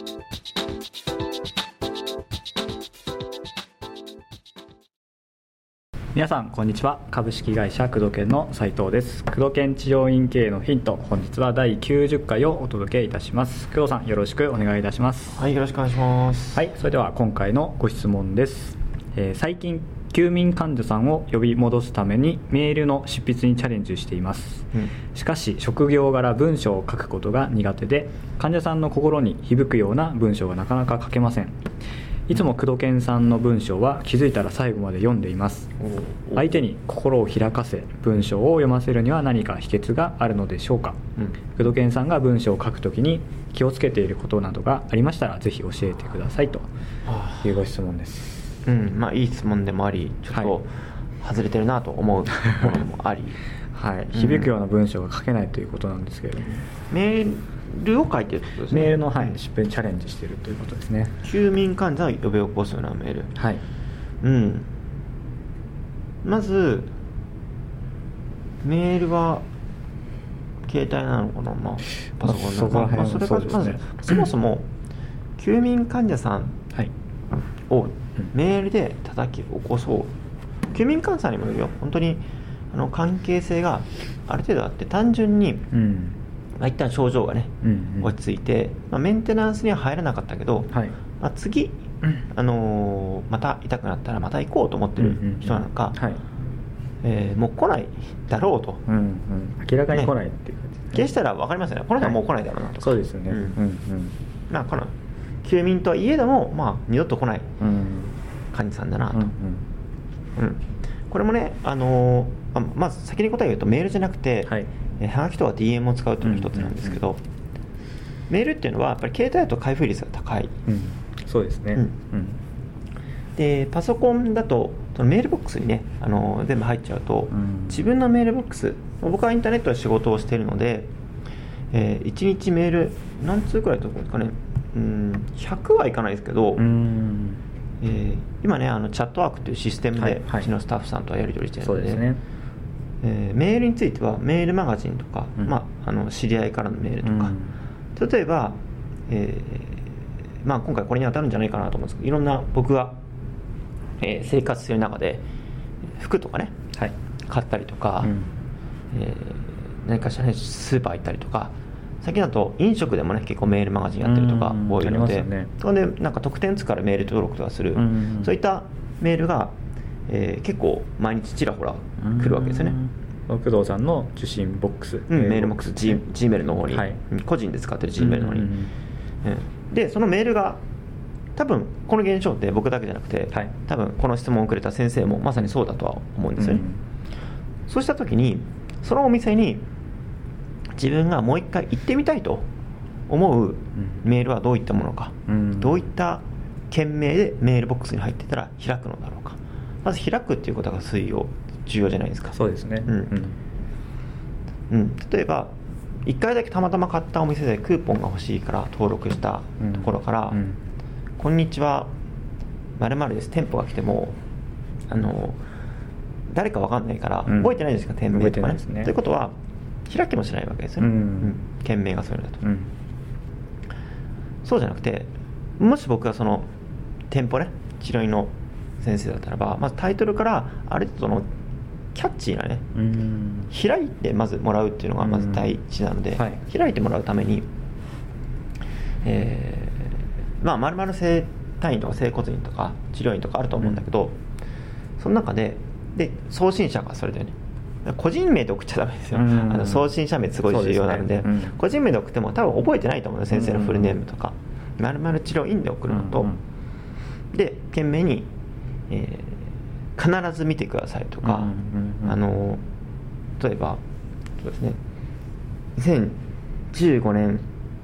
皆さんこんにちは。株式会社工藤研の斉藤です。工藤研治療院経営のヒント、本日は第90回をお届けいたします。工藤さんよろしくお願いいたします。 はい、よろしくお願いします。 はい、それでは今回のご質問です。最近休眠患者さんを呼び戻すためにメールの執筆にチャレンジしています、しかし職業柄文章を書くことが苦手で、患者さんの心に響くような文章がなかなか書けません。いつも工藤研さんの文章は気づいたら最後まで読んでいます。相手に心を開かせ文章を読ませるには何か秘訣があるのでしょうか。工藤研さんが文章を書くときに気をつけていることなどがありましたらぜひ教えてくださいというご質問です。 いい質問でもあり、ちょっと外れてるなと思うものもありはい、響くような文章が書けないということなんですけれども、 メールを書いているということですね。 メールの、執筆にチャレンジしているということですね。 休眠患者を呼び起こすようなメール。 はい。 まずメールは携帯なのかな、パソコンなのかな、それからまずそもそも休眠患者さんをメールで叩き起こそう。休眠患者さんにもよるよ。本当に関係性がある程度あって、単純に、一旦症状がね、落ち着いて、メンテナンスには入らなかったけど、次、また痛くなったらまた行こうと思ってる人なのか、もう来ないだろうと、 明らかに来ないっていう感じですね。 消したら分かりますよね。この人はもう来ないだろうなとか、 そうですよね。 この休眠とはいえども、二度と来ない患者さんだなと。これもね、まず先に答えを言うと、メールじゃなくて、はがきとか DM を使うというのが一つなんですけど、メールっていうのはやっぱり携帯だと開封率が高い。 そうですね。 でパソコンだとそのメールボックスにね、全部入っちゃうと、自分のメールボックス、僕はインターネットで仕事をしているので、1日メール何通くらい届くんですかね。100はいかないですけど、今ねチャットワークというシステムでうちのスタッフさんとはやり取りしているので、 そうですね。 メールについてはメールマガジンとか、知り合いからのメールとか、例えば、今回これに当たるんじゃないかなと思うんですけど、いろんな僕が、生活する中で服とかね、買ったりとか、何かしら、スーパー行ったりとか、最近だと飲食でもね結構メールマガジンやってるとか多いので、それでなんか特典つからメール登録とかする、そういったメールが、結構毎日ちらほら来るわけですよね。 工藤さんの受信ボックス、 メールボックス Gmail の方に、個人で使ってる Gmail の方に、でそのメールが多分この現象って僕だけじゃなくて、多分この質問をくれた先生もまさにそうだとは思うんですよね。そうした時にそのお店に自分がもう一回行ってみたいと思うメールはどういったものか、どういった件名でメールボックスに入っていたら開くのだろうか。まず開くっていうことが重要じゃないですか。 そうですね。 例えば1回だけたまたま買ったお店でクーポンが欲しいから登録したところから、こんにちは〇〇です、店舗が来ても誰か分かんないから覚えてないですか、店名とかね。ということは開きもしないわけですよね、件名がそういうのだと、そうじゃなくて、もし僕がその店舗ね、治療院の先生だったらば、まずタイトルからある程度のキャッチーなね、開いてまずもらうっていうのがまず第一なので、開いてもらうために、〇〇整体院とか整骨院とか治療院とかあると思うんだけど、その中で送信者がそれでね、個人名で送っちゃダメですよ。送信者名すごい重要なので、個人名で送っても多分覚えてないと思うの、先生のフルネームとか、〇〇治療院で送るのと、で件名に、必ず見てくださいとか、例えばそうですね、2015年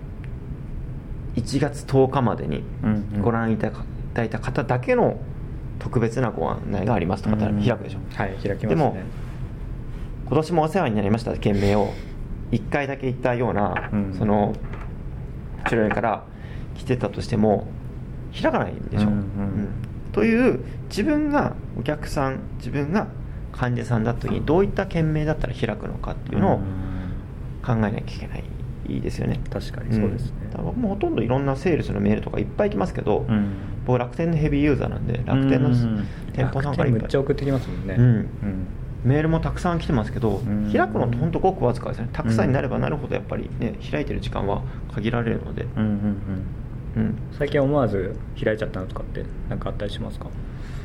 1月10日までにご覧いただいた方だけの特別なご案内がありますとか開くでしょ。 開きますね。 でも今年もお世話になりました件名を1回だけ言ったような、その治療院から来てたとしても開かないんでしょ。という自分がお客さん、自分が患者さんだった時にどういった件名だったら開くのかっていうのを考えなきゃいけないいですよね。 確かにそうですね。 だから僕もほとんどいろんなセールスのメールとかいっぱい来ますけど、僕楽天のヘビーユーザーなんで、楽天の店舗さんからいっぱいめっちゃ送ってきますもんね。 メールもたくさん来てますけど、開くのって本当ごくわずかですね。たくさんになればなるほどやっぱりね、開いてる時間は限られるので。 最近思わず開いちゃったのとかって何かあったりしますか？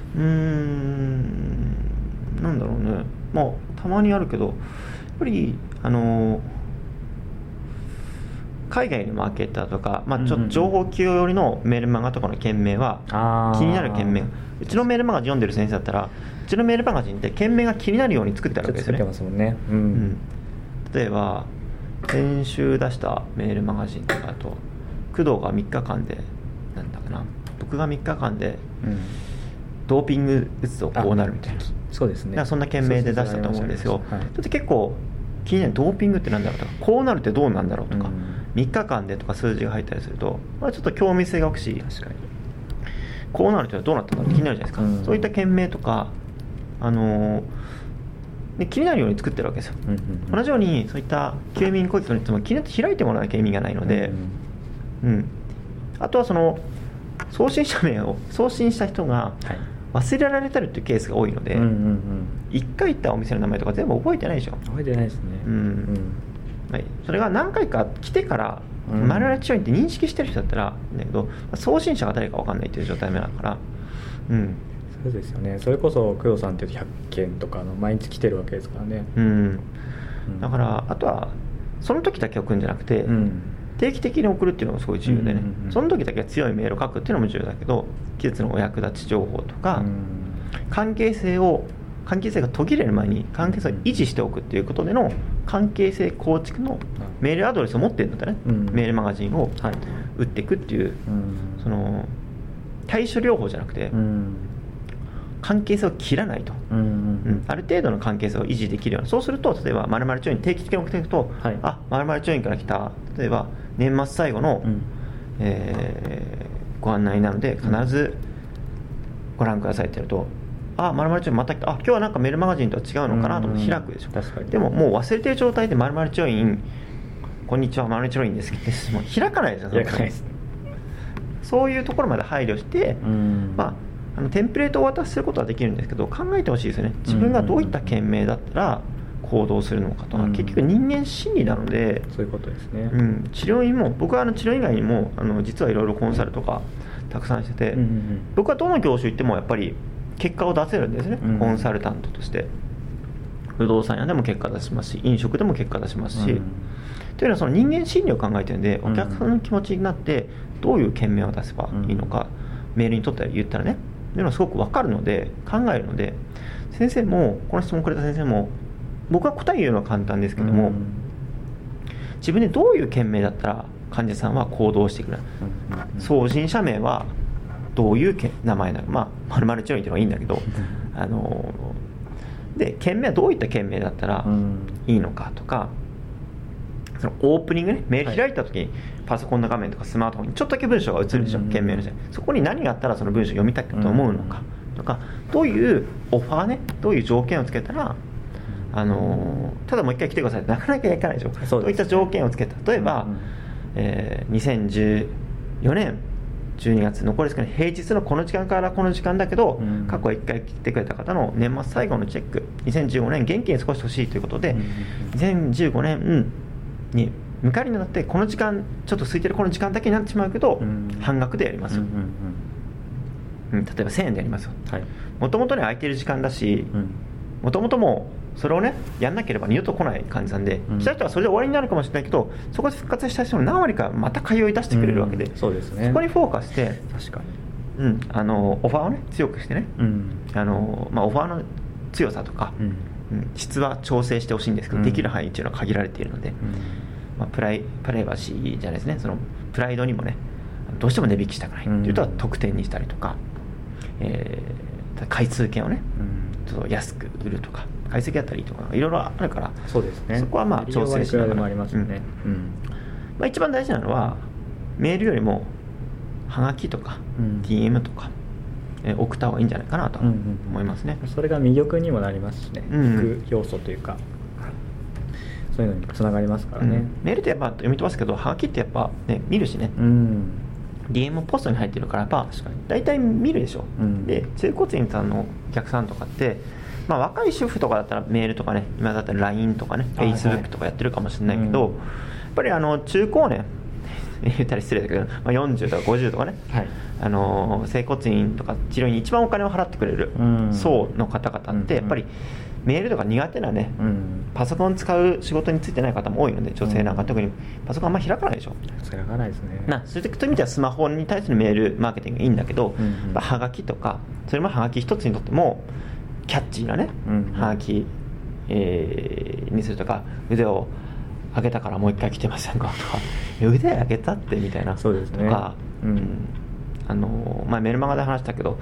なんだろうね、まあたまにあるけど、やっぱり海外のマーケッターとか、まあ、ちょっと情報企業寄りのメールマガとかの件名は気になる件名、うちのメールマガジン読んでる先生だったら、うちのメールマガジンって件名が気になるように作ってあるわけですよね。 作ってますもんね。 例えば先週出したメールマガジンとかだと、工藤が3日間でなんだかな、僕が3日間でドーピング打つとこうなるみたいな、 そうですね、 そんな件名で出したと思うんですよ。ちょっと結構気になる、ドーピングってなんだろうとか、こうなるってどうなんだろうとか、3日間でとか数字が入ったりすると、まあ、ちょっと興味性が湧くし、確かにこうなるってどうなったんだろうって気になるじゃないですか。そういった件名とか、気になるように作ってるわけですよ。同じようにそういった休眠こいつのいつも気になって開いてもらわなきゃ意味がないので、あとはその送信者名を送信した人が忘れられたりっていうケースが多いので、1回行ったお店の名前とか全部覚えてないでしょ。 覚えてないですね。 それが何回か来てから丸々強いって認識してる人だったらいいんだけど、送信者が誰か分かんないという状態目だから、 そうですよね。それこそ工藤さんって100件とかの毎日来てるわけですからね。 だからあとはその時だけ送るんじゃなくて、定期的に送るっていうのがすごい重要でね、その時だけ強いメールを書くっていうのも重要だけど、季節のお役立ち情報とか、関係性が途切れる前に関係性を維持しておくっていうことでの関係性構築のメールアドレスを持ってるんだったらね、メールマガジンを打っていくっていう、その対処療法じゃなくて、関係性を切らないと、ある程度の関係性を維持できるような、そうすると例えば〇〇町に定期的に送っていくと、〇〇町から来た、例えば年末最後の、ご案内なので必ずご覧くださいってやると、〇〇町また来た、今日はなんかメールマガジンとは違うのかなと思って開くでしょ。でももう忘れてる状態で〇〇町員こんにちは〇〇町員ですってもう開かないですよ。開かないです。そういうところまで配慮して、テンプレートをお渡しすることはできるんですけど、考えてほしいですよね。自分がどういった件名だったら行動するのかとか、結局人間心理なので、 そういうことですね。 治療院も、僕は治療以外にも実はいろいろコンサルとかたくさんしてて、僕はどの業種行ってもやっぱり結果を出せるんですね、コンサルタントとして。不動産屋でも結果出しますし、飲食でも結果出しますし、というのはその人間心理を考えてるんで、お客さんの気持ちになってどういう件名を出せばいいのか、メールにとって言ったらね、というのはすごく分かるので、考えるので、先生もこの質問くれた先生も、僕は答え言うのは簡単ですけども、自分でどういう件名だったら患者さんは行動してくれる、送信者名はどういう名前なの、〇〇治療院っていうのはいいんだけど、で件名はどういった件名だったらいいのかとか、そのオープニングね、メール開いた時にパソコンの画面とかスマートフォンにちょっとだけ文章が映るでしょ、件名の時点、そこに何があったらその文章読みたいと思うのかとか、どういうオファーね、どういう条件をつけたら、ただもう一回来てくださいってなかなかいかないでしょ。そういった条件をつけた、例えば、2014年12月残りですかね、平日のこの時間からこの時間だけど、過去1回来てくれた方の年末最後のチェック、2015年元気に過ごしてほしいということで、2015年に向かいになってこの時間ちょっと空いてるこの時間だけになってしまうけど、半額でやりますよ、例えば1000円でやりますよ。もともとね空いてる時間だし、もともともうそれをねやんなければ二度と来ない感じなんで、来た人はそれで終わりになるかもしれないけど、そこで復活した人の何割かまた通い出してくれるわけで、 そうですね、 そこにフォーカスして、 確かに、オファーをね強くしてね、オファーの強さとか、質は調整してほしいんですけど、できる範囲っていうのは限られているので、プライバシーじゃないですね、そのプライドにもねどうしても値引きしたくないっていうと、特典にしたりとか、回数券をね、ちょっと安く売るとか、解析だったりとかいろいろあるから、 そうですね、 そこは調整しながら、一番大事なのはメールよりもハガキとか、DM とか、送った方がいいんじゃないかなと思いますね。 それが魅力にもなりますしね、引く要素というか、 そういうのにつながりますからね、 メールってやっぱ読み飛ばすけど、はがきってやっぱね見るしね、DM もポストに入ってるからやっぱ大体見るでしょ、で中骨院さんのお客さんとかって、若い主婦とかだったらメールとかね、今だったら LINE とかね Facebook とかやってるかもしれないけど、やっぱり中高年言ったら失礼だけど、40とか50とかね、整骨院とか治療に一番お金を払ってくれる層の方々ってやっぱりメールとか苦手なね、パソコン使う仕事についてない方も多いので、女性なんか特にパソコンあんま開かないでしょ。 開かないですね。 そういう意味ではスマホに対するメールマーケティングがいいんだけど、はがきとか、それもはがき一つにとってもキャッチーなね、はがき、にするとか、腕を上げたからもう一回来てませんかとか、腕上げたってみたいな、 そうですね、 とか、メルマガで話したけど、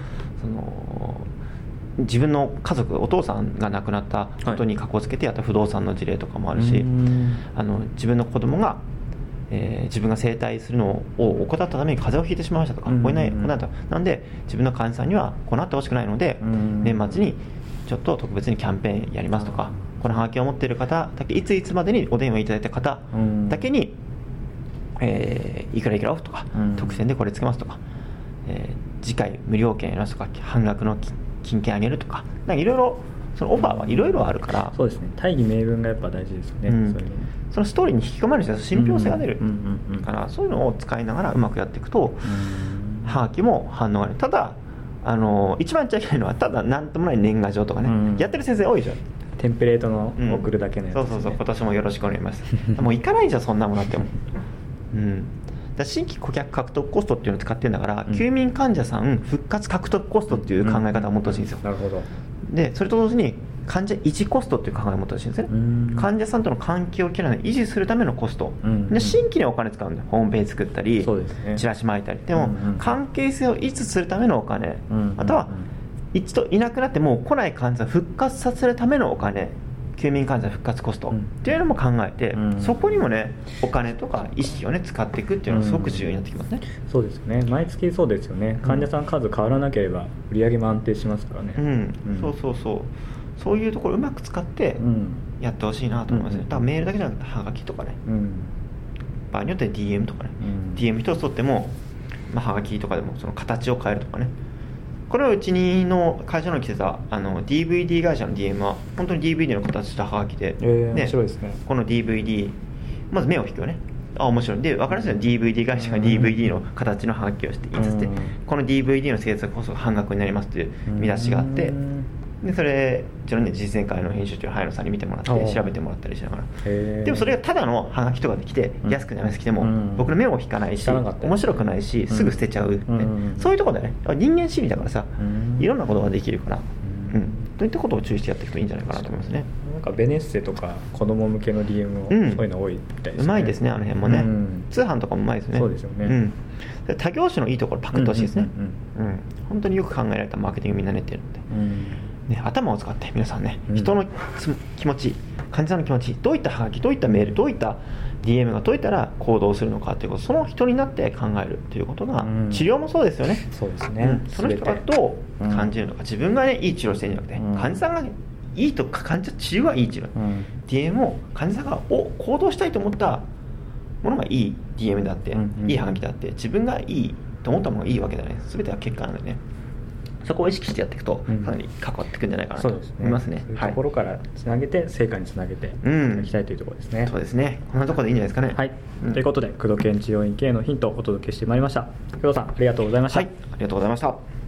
自分の家族、お父さんが亡くなったことにかこつけてやった不動産の事例とかもあるし、自分の子供が、自分が整体するのを怠ったために風邪をひいてしまいましたとか、なんで自分の患者さんにはこうなってほしくないので、年末にちょっと特別にキャンペーンやりますとか、このハガキを持っている方だけ、いついつまでにお電話いただいた方だけに、いくらいくらオフとか、特典でこれつけますとか、次回無料券やりますとか、半額の金券あげるとか、いろいろそのオファーはいろいろあるから、 そうですね、大義名分がやっぱ大事ですよね、 そのストーリーに引き込まれる信憑性が出るから、そういうのを使いながらうまくやっていくと、はがきも反応がある。ただ一番言っちゃいけないのは、ただなんともない年賀状とかね、やってる先生多いじゃん。 テンプレートの送るだけのやつですね、 そう今年もよろしくお願いしますもう行かないじゃんそんなものあってもだ新規顧客獲得コストっていうのを使ってるんだから、休眠患者さん復活獲得コストっていう考え方を持ってほしいんですよ、 なるほど。 でそれと同時に患者維持コストっていう考えを持ってほしいんですね。患者さんとの関係をきれいに維持するためのコスト、で新規にお金使うんだよ。ホームページ作ったり、チラシ巻いたり。でも、関係性を維持するためのお金、あとは一度いなくなってもう来ない患者さんを復活させるためのお金、休眠患者復活コストっていうのも考えて、そこにもねお金とか意識をね使っていくっていうのがすごく重要になってきますね。 そうですよね。毎月そうですよね。患者さん数変わらなければ売り上げも安定しますからね。 そういうところをうまく使ってやってほしいなと思いますね。だからメールだけじゃなくてはがきとかね、場合によって DM とかね、DM 一つ取っても、はがきとかでもその形を変えるとかね。これはうちの会社の来てたDVD 会社の DM は本当に DVD の形したはがきで、 面白いですね。 この DVD まず目を引くよね。面白い。で分かりやすいのは DVD 会社が DVD の形のハガキをして言いつつ、この DVD の制作こそ半額になりますという見出しがあって、でそれ一応ね実践会の編集長早野さんに見てもらって調べてもらったりしながら、でもそれがただのハガキとかで来て安くなりすぎても僕の目を引かないし面白くないしすぐ捨てちゃう、そういうところでね人間心理だからさ、いろんなことができるから、といったことを注意してやっていくといいんじゃないかなと思いますね。 なんかベネッセとか子供向けの DM もそういうの多いみたいですね。 うまいですね、あの辺もね、通販とかもうまいですね。 そうですよね、 他業種のいいところパクってほしいですね。本当によく考えられたマーケティングみんな練ってるので、頭を使って皆さんね、人の気持ち、患者さんの気持ち、どういったハガキ、どういったメール、どういった DM がどういったら行動するのかということ、その人になって考えるということが、治療もそうですよね。 そうですね、 その人がどう感じるのか、自分がねいい治療してるんじゃなくて、患者さんがいいとか患者治療はいい治療、DM を患者さんが行動したいと思ったものがいい DM であって、いいハガキであって、自分がいいと思ったものがいいわけじゃないです。全ては結果なのでね、そこを意識してやっていくとかなり関わっていくんじゃないかなと思いますね。 そういうところからつなげて成果につなげていきたいというところですね。 そうですね。こんなところでいいんじゃないですかね。 はい、ということで工藤健治療院経営のヒントをお届けしてまいりました。工藤さんありがとうございました。 はい、ありがとうございました。